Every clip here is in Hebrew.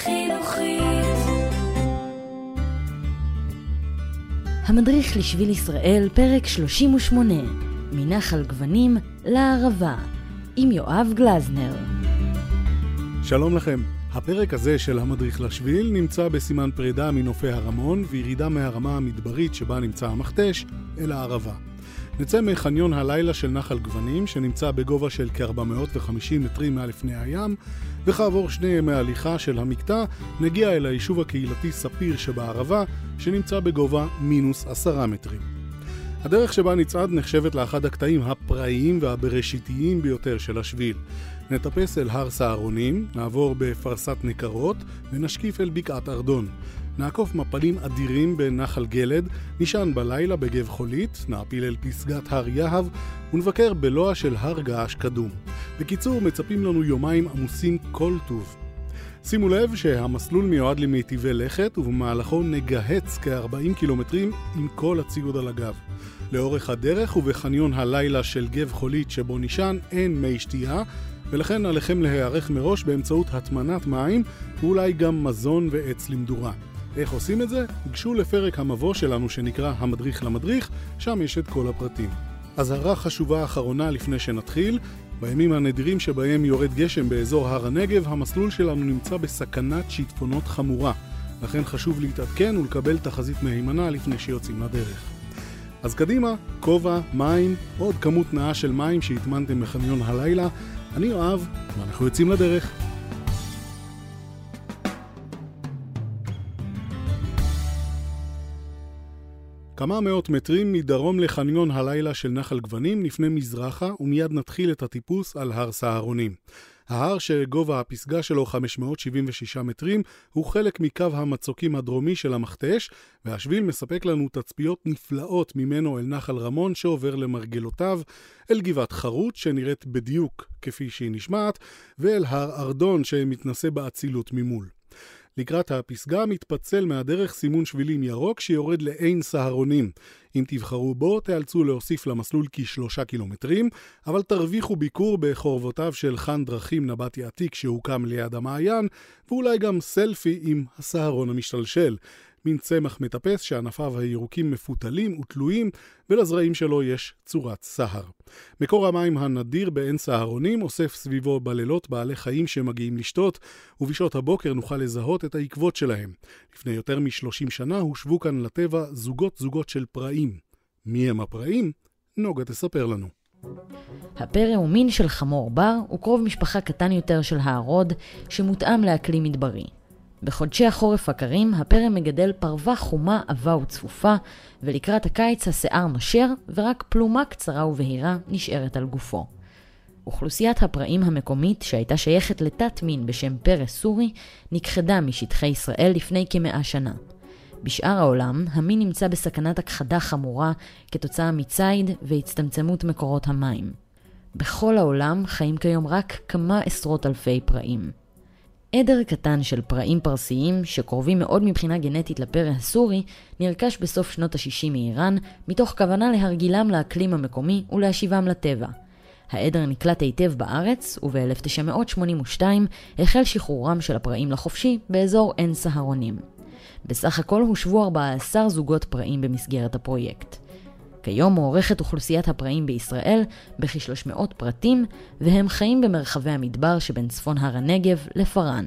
חינוכית. המדריך לשביל ישראל, פרק 38, מנחל גוונים לערבה, עם יואב גלזנר. שלום לכם. הפרק הזה של המדריך לשביל נמצא בסימן פרידה מנופי הרמון וירידה מהרמה המדברית שבה נמצא המכתש אל הערבה. נצא מחניון הלילה של נחל גוונים שנמצא בגובה של כ-450 מטרים מעל לפני הים, וכעבור 2 ימי הליכה של המקטע נגיע אל היישוב הקהילתי ספיר שבערבה שנמצא בגובה -10 מטרים. הדרך שבה נצעד נחשבת לאחד הקטעים הפראיים והבראשיתיים ביותר של השביל. נטפס אל הר סהרונים, נעבור בפרסת נקרות ונשקיף אל בקעת ארדון. נעקוף מפלים אדירים בנחל גלד, נשען בלילה בגב חולית, נעפיל אל פסגת הר יהב ונבקר בלוע של הר געש קדום. בקיצור, מצפים לנו יומיים עמוסים כל טוב. שימו לב שהמסלול מיועד למיטיבי לכת ובמהלכו נגהץ כ-40 קילומטרים עם כל הציוד על הגב. לאורך הדרך ובחניון הלילה של גב חולית שבו נשען אין מי שתייה, ולכן עליכם להיערך מראש באמצעות הטמנת מים ואולי גם מזון ועץ למדורה. איך עושים את זה? גשו לפרק המבוא שלנו שנקרא המדריך למדריך, שם יש את כל הפרטים. אזהרה חשובה אחרונה לפני שנתחיל, בימים הנדירים שבהם יורד גשם באזור הר הנגב, המסלול שלנו נמצא בסכנת שיטפונות חמורה, לכן חשוב להתעדכן ולקבל תחזית מהימנה לפני שיוצאים לדרך. אז קדימה, כובע, מים, עוד כמות נאה של מים שהטמנתם בחניון הלילה. אני יואב, ואנחנו יוצאים לדרך. כמה מאות מטרים מדרום לחניון הלילה של נחל גוונים נפנה מזרחה ומיד נתחיל את הטיפוס על הר סהרונים. ההר שגובה הפסגה שלו 576 מטרים הוא חלק מקו המצוקים הדרומי של המכתש, והשביל מספק לנו תצפיות נפלאות ממנו אל נחל רמון שעובר למרגלותיו, אל גבעת חרות שנראית בדיוק כפי שהיא נשמעת, ואל הר ארדון שמתנסה באצילות ממול. לקראת הפסגה מתפצל מהדרך סימון שבילים ירוק שיורד לעין סהרונים. אם תבחרו בו, תאלצו להוסיף למסלול כ3 קילומטרים, אבל תרוויחו ביקור בחורבותיו של חן דרכים נבטי עתיק שהוקם ליד המעיין, ואולי גם סלפי עם הסהרון המשתלשל. מין צמח מטפס שענפיו הירוקים מפותלים ותלויים, ולזרעים שלו יש צורת סהר. מקור המים הנדיר בעין סהרונים אוסף סביבו בלילות בעלי חיים שמגיעים לשתות, ובשעות הבוקר נוכל לזהות את העקבות שלהם. לפני יותר מ-30 שנה הושבו כאן לטבע זוגות של פראים. מי הם הפראים? נוגה תספר לנו. הפרא הוא מין של חמור בר, הוא קרוב משפחה קטן יותר של הערוד, שמותאם לאקלים מדברי. בחודשי החורף הקרים, הפרא מגדל פרווה חומה, עבה וצפופה, ולקראת הקיץ השיער נושר, ורק פלומה קצרה ובהירה נשארת על גופו. אוכלוסיית הפראים המקומית, שהייתה שייכת לתת מין בשם פרא סורי, נכחדה משטחי ישראל לפני כ100 שנה. בשאר העולם, המין נמצא בסכנת הכחדה חמורה כתוצאה מציד והצטמצמות מקורות המים. בכל העולם חיים כיום רק כמה עשרות אלפי פראים. עדר קטן של פראים פרסיים, שקרובים מאוד מבחינה גנטית לפרא הסורי, נרכש בסוף שנות ה-60 מאיראן, מתוך כוונה להרגילם לאקלים המקומי ולהשיבם לטבע. העדר נקלט היטב בארץ, וב-1982 החל שחרורם של הפראים לחופשי באזור עין סהרונים. בסך הכל הושבו 14 זוגות פראים במסגרת הפרויקט. כיום מוערכת אוכלוסיית הפראים בישראל בכ-300 פרטים, והם חיים במרחבי המדבר שבין צפון הר הנגב לפרן.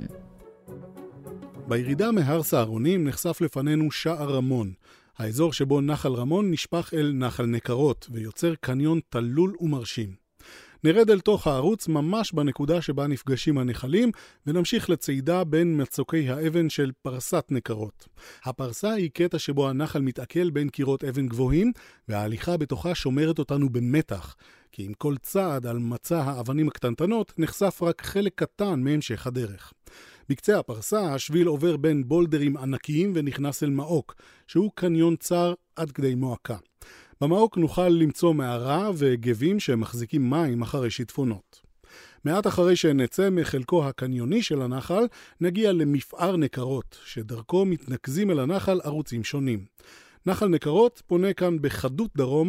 בירידה מהר סהרונים נחשף לפנינו שער רמון, האזור שבו נחל רמון נשפך אל נחל נקרות ויוצר קניון תלול ומרשים. נרד אל תוך הערוץ ממש בנקודה שבה נפגשים הנחלים, ונמשיך לצעידה בין מצוקי האבן של פרסת נקרות. הפרסה היא קטע שבו הנחל מתעכל בין קירות אבן גבוהים, וההליכה בתוכה שומרת אותנו במתח, כי עם כל צעד על מצע האבנים הקטנטנות נחשף רק חלק קטן מהמשך הדרך. בקצה הפרסה השביל עובר בין בולדרים ענקיים ונכנס אל מעוק, שהוא קניון צר עד כדי מועקה. במעוק נוכל למצוא מערה וגבים שמחזיקים מים אחרי שיטפונות. מעט אחרי שנצא מחלקו הקניוני של הנחל, נגיע למפער נקרות, שדרכו מתנקזים אל הנחל ערוצים שונים. נחל נקרות פונה כאן בחדות דרומה,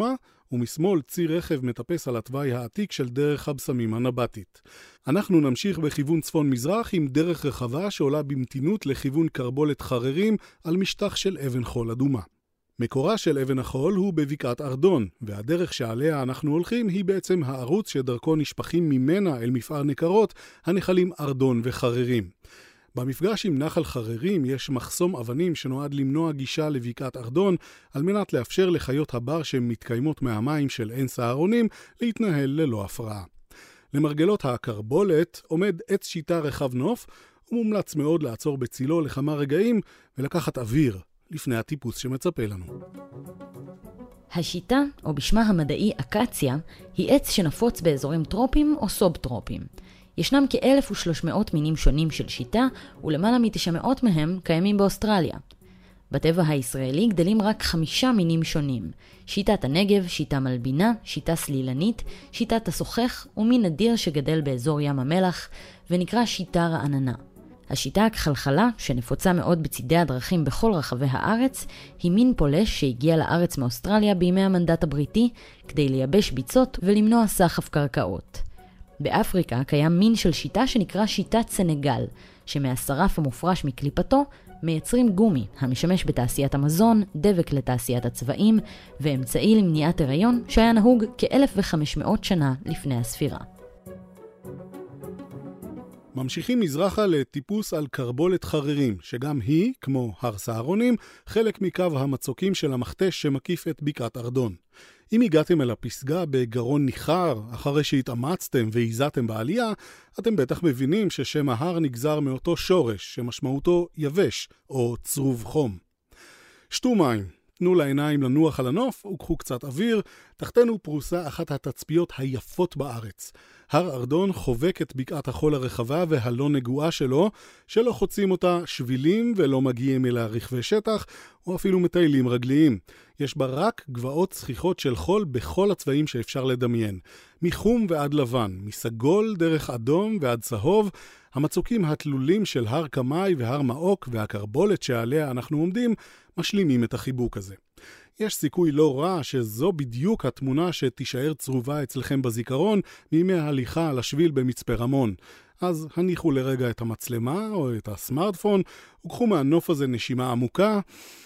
ומשמאל ציר רכב מטפס על התוואי העתיק של דרך הבשמים הנבטית. אנחנו נמשיך בכיוון צפון-מזרח עם דרך רחבה שעולה במתינות לכיוון קרבולת חררים על משטח של אבן חול אדומה. מקורה של אבן החול הוא בבקעת ארדון, והדרך שעליה אנחנו הולכים היא בעצם הערוץ שדרכו נשפכים ממנה אל מפער נקרות הנחלים ארדון וחררים. במפגש עם נחל חררים יש מחסום אבנים שנועד למנוע גישה לבקעת ארדון על מנת לאפשר לחיות הבר שמתקיימות מהמים של עין סהרונים להתנהל ללא הפרעה. למרגלות הקרבולת עומד עץ שיטה רחב נוף, ומומלץ מאוד לעצור בצילו לכמה רגעים ולקחת אוויר לפני הטיפוס שמצפה לנו. השיטה, או בשמה המדעי אקציה, היא עץ שנפוץ באזורים טרופיים או סוב-טרופיים. ישנם כ-1,300 מינים שונים של שיטה, ולמעלה מ-900 מהם קיימים באוסטרליה. בטבע הישראלי גדלים רק 5 מינים שונים: שיטת הנגב, שיטה מלבינה, שיטה סלילנית, שיטת השוחך ומין נדיר שגדל באזור ים המלח ונקרא שיטה רעננה. השיטה הכחלחלה, שנפוצה מאוד בצידי הדרכים בכל רחבי הארץ, היא מין פולש שהגיע לארץ מאוסטרליה בימי המנדט הבריטי כדי לייבש ביצות ולמנוע סחף קרקעות. באפריקה קיים מין של שיטה שנקרא שיטת סנגל, שמהשרף המופרש מקליפתו מייצרים גומי המשמש בתעשיית המזון, דבק לתעשיית הצבעים ואמצעי למניעת הריון שהיה נהוג כ-1,500 שנה לפני הספירה. ממשיכים מזרחה לטיפוס על קרבולת חררים, שגם היא, כמו הר סהרונים, חלק מקו המצוקים של המכתש שמקיף את בקעת ארדון. אם הגעתם אל הפסגה בגרון ניחר, אחרי שהתאמצתם והיזתם בעלייה, אתם בטח מבינים ששם ההר נגזר מאותו שורש, שמשמעותו יבש או צרוב חום. שתו מים, תנו לעיניים לנוח על הנוף וקחו קצת אוויר. תחתנו פרוסה אחת התצפיות היפות בארץ. הר ארדון חובק את בקעת החול הרחבה והלא נגועה שלו, שלא חוצים אותה שבילים ולא מגיעים אליה רכבי שטח או אפילו מטיילים רגליים. יש בה רק גבעות צחיחות של חול בכל הצבעים שאפשר לדמיין. מחום ועד לבן, מסגול דרך אדום ועד צהוב. המצוקים התלולים של הר קמאי והר מאוק והקרבולת שעליה אנחנו עומדים משלימים את החיבוק הזה. יש סיכוי לא רע שזו בדיוק התמונה שתישאר צרובה אצלכם בזיכרון מימי ההליכה על השביל במצפה רמון. אז הניחו לרגע את המצלמה או את הסמארטפון וקחו מהנוף הזה נשימה עמוקה,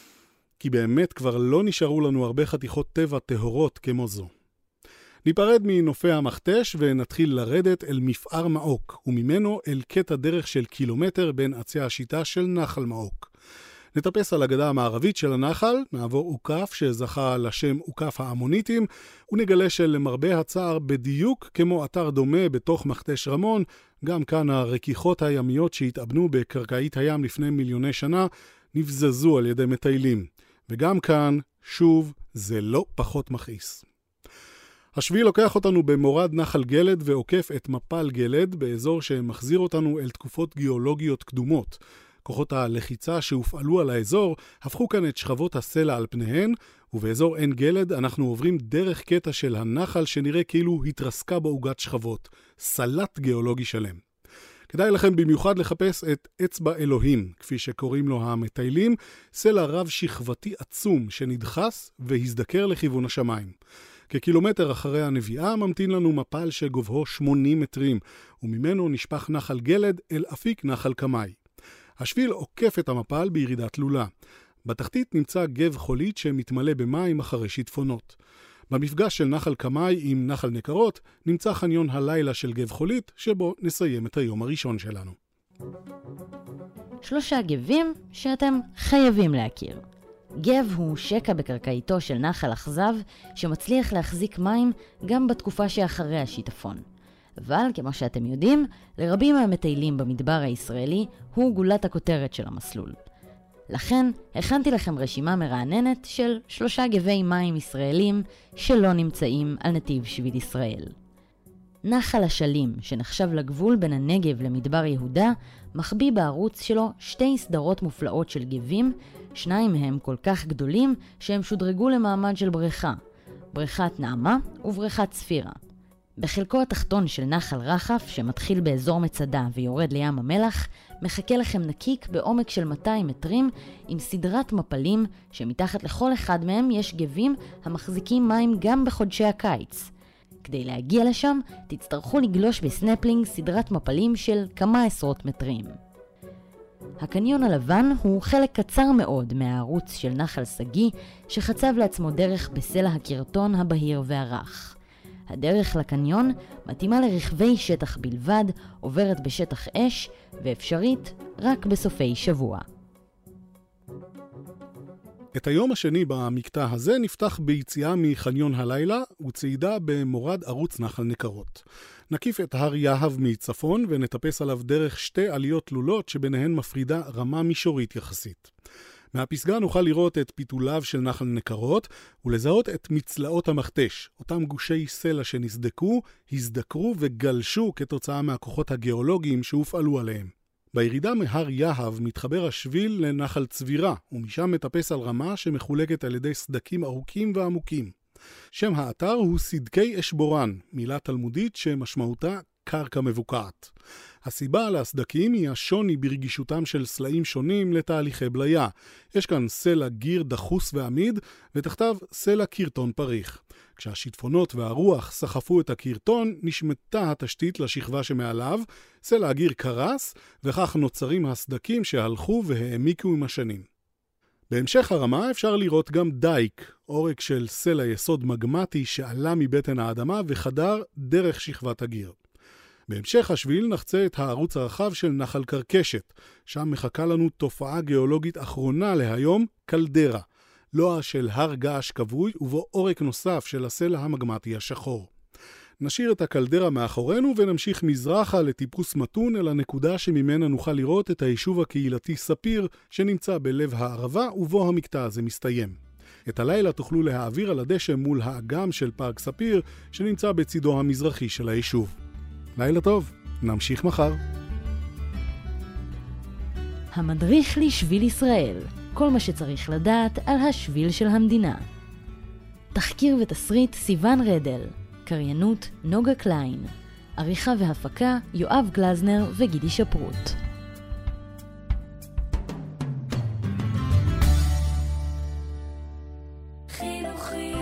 כי באמת כבר לא נשארו לנו הרבה חתיכות טבע טהורות כמו זו. ניפרד מנופי המכתש ונתחיל לרדת אל מפער מאוק, וממנו אל קטע דרך של קילומטר בין עצי השיטה של נחל מאוק. נטפס על הגדה המערבית של הנחל, נעבור עוקף שזכה לשם עוקף האמוניטים, ונגלה שלמרבה הצער בדיוק כמו אתר דומה בתוך מכתש רמון, גם כאן הרכיחות הימיות שהתאבנו בקרקעית הים לפני מיליוני שנה, נבזזו על ידי מטיילים. וגם כאן, שוב, זה לא פחות מכעיס. השביל לוקח אותנו במורד נחל גלד ועוקף את מפל גלד באזור שמחזיר אותנו אל תקופות גיאולוגיות קדומות. כוחות הלחיצה שהופעלו על האזור הפכו כאן את שכבות הסלע על פניהן, ובאזור עין גלד אנחנו עוברים דרך קטע של הנחל שנראה כאילו התרסקה בעוגת שכבות, סלט גיאולוגי שלם. כדאי לכם במיוחד לחפש את אצבע אלוהים, כפי שקוראים לו המטיילים, סלע רב שכבתי עצום שנדחס והזדקר לכיוון השמיים. כקילומטר אחרי הנביאה ממתין לנו מפל שגובהו 80 מטרים, וממנו נשפך נחל גלד אל אפיק נחל קמאי. השביל עוקף את המפל בירידה תלולה. בתחתית נמצא גב חולית שמתמלא במים אחרי שיטפונות. במפגש של נחל קמאי עם נחל נקרות נמצא חניון הלילה של גב חולית, שבו נסיים את היום הראשון שלנו. 3 גבים שאתם חייבים להכיר. גב הוא שקע בקרקעיתו של נחל אכזב שמצליח להחזיק מים גם בתקופה שאחרי השיטפון. אבל כמו שאתם יודעים, לרבים מהמטיילים במדבר הישראלי הוא גולת הכותרת של המסלול. לכן הכנתי לכם רשימה מרעננת של 3 גבי מים ישראלים שלא נמצאים על נתיב שביל ישראל. נחל השלים, שנחשב לגבול בין הנגב למדבר יהודה, מחביא בערוץ שלו 2 סדרות מופלאות של גבים, 2 מהם כל כך גדולים שהם שודרגו למעמד של בריכה, בריכת נעמה ובריכת ספירה. בחלקו התחתון של נחל רחף, שמתחיל באזור מצדה ויורד לים המלח, מחכה לכם נקיק בעומק של 200 מטרים עם סדרת מפלים שמתחת לכל אחד מהם יש גבים המחזיקים מים גם בחודשי הקיץ. כדי להגיע לשם תצטרכו לגלוש בסנפלינג סדרת מפלים של כמה עשרות מטרים. הקניון הלבן הוא חלק קצר מאוד מהערוץ של נחל סגי שחצב לעצמו דרך בסלע הקרטון הבהיר והרך. הדרך לקניון מתאימה לרכבי שטח בלבד, עוברת בשטח אש ואפשרית רק בסופי שבוע. את היום השני במקטע הזה נפתח ביציאה מחניון הלילה וצעידה במורד ערוץ נחל נקרות. נקיף את הר יהב מצפון ונטפס עליו דרך שתי עליות תלולות שביניהן מפרידה רמה מישורית יחסית. מהפסגה נוכל לראות את פיתוליו של נחל נקרות ולזהות את מצלעות המכתש, אותם גושי סלע שנסדקו, הזדקרו וגלשו כתוצאה מהכוחות הגיאולוגיים שהופעלו עליהם. בירידה מהר יהב מתחבר השביל לנחל צבירה, ומשם מטפס על רמה שמחולקת על ידי סדקים ארוכים ועמוקים. שם האתר הוא סדקי אשבורן, מילה תלמודית שמשמעותה קרקע מבוקעת. הסיבה להסדקים היא השוני ברגישותם של סלעים שונים לתהליכי בליה. יש כאן סלע גיר דחוס ועמיד, ותחתיו סלע קרטון פריך. כשהשיטפונות והרוח סחפו את הקרטון, נשמטה התשתית לשכבה שמעליו, סלע הגיר קרס, וכך נוצרים הסדקים שהלכו והעמיקו עם השנים. בהמשך הרמה אפשר לראות גם דייק, עורק של סלע יסוד מגמטי שעלה מבטן האדמה וחדר דרך שכבת הגיר. בהמשך השביל נחצה את הערוץ הרחב של נחל קרקשת, שם מחכה לנו תופעה גיאולוגית אחרונה להיום, קלדרה, לוע של הר געש כבוי ובו עורק נוסף של הסלע המגמטי השחור. נשאיר את הקלדרה מאחורינו ונמשיך מזרחה לטיפוס מתון אל הנקודה שממנה נוכל לראות את היישוב הקהילתי ספיר שנמצא בלב הערבה ובו המקטע הזה מסתיים. את הלילה תוכלו להעביר על הדשא מול האגם של פארק ספיר שנמצא בצידו המזרחי של היישוב. לילה טוב, נמשיך מחר. המדריך לשביל ישראל, כל מה שצריך לדעת על השביל של המדינה. תחקיר ותסריט סיוון רדל, קריינות נוגה קליין, עריכה והפקה יואב גלזנר וגידי שפרוט. חינוכי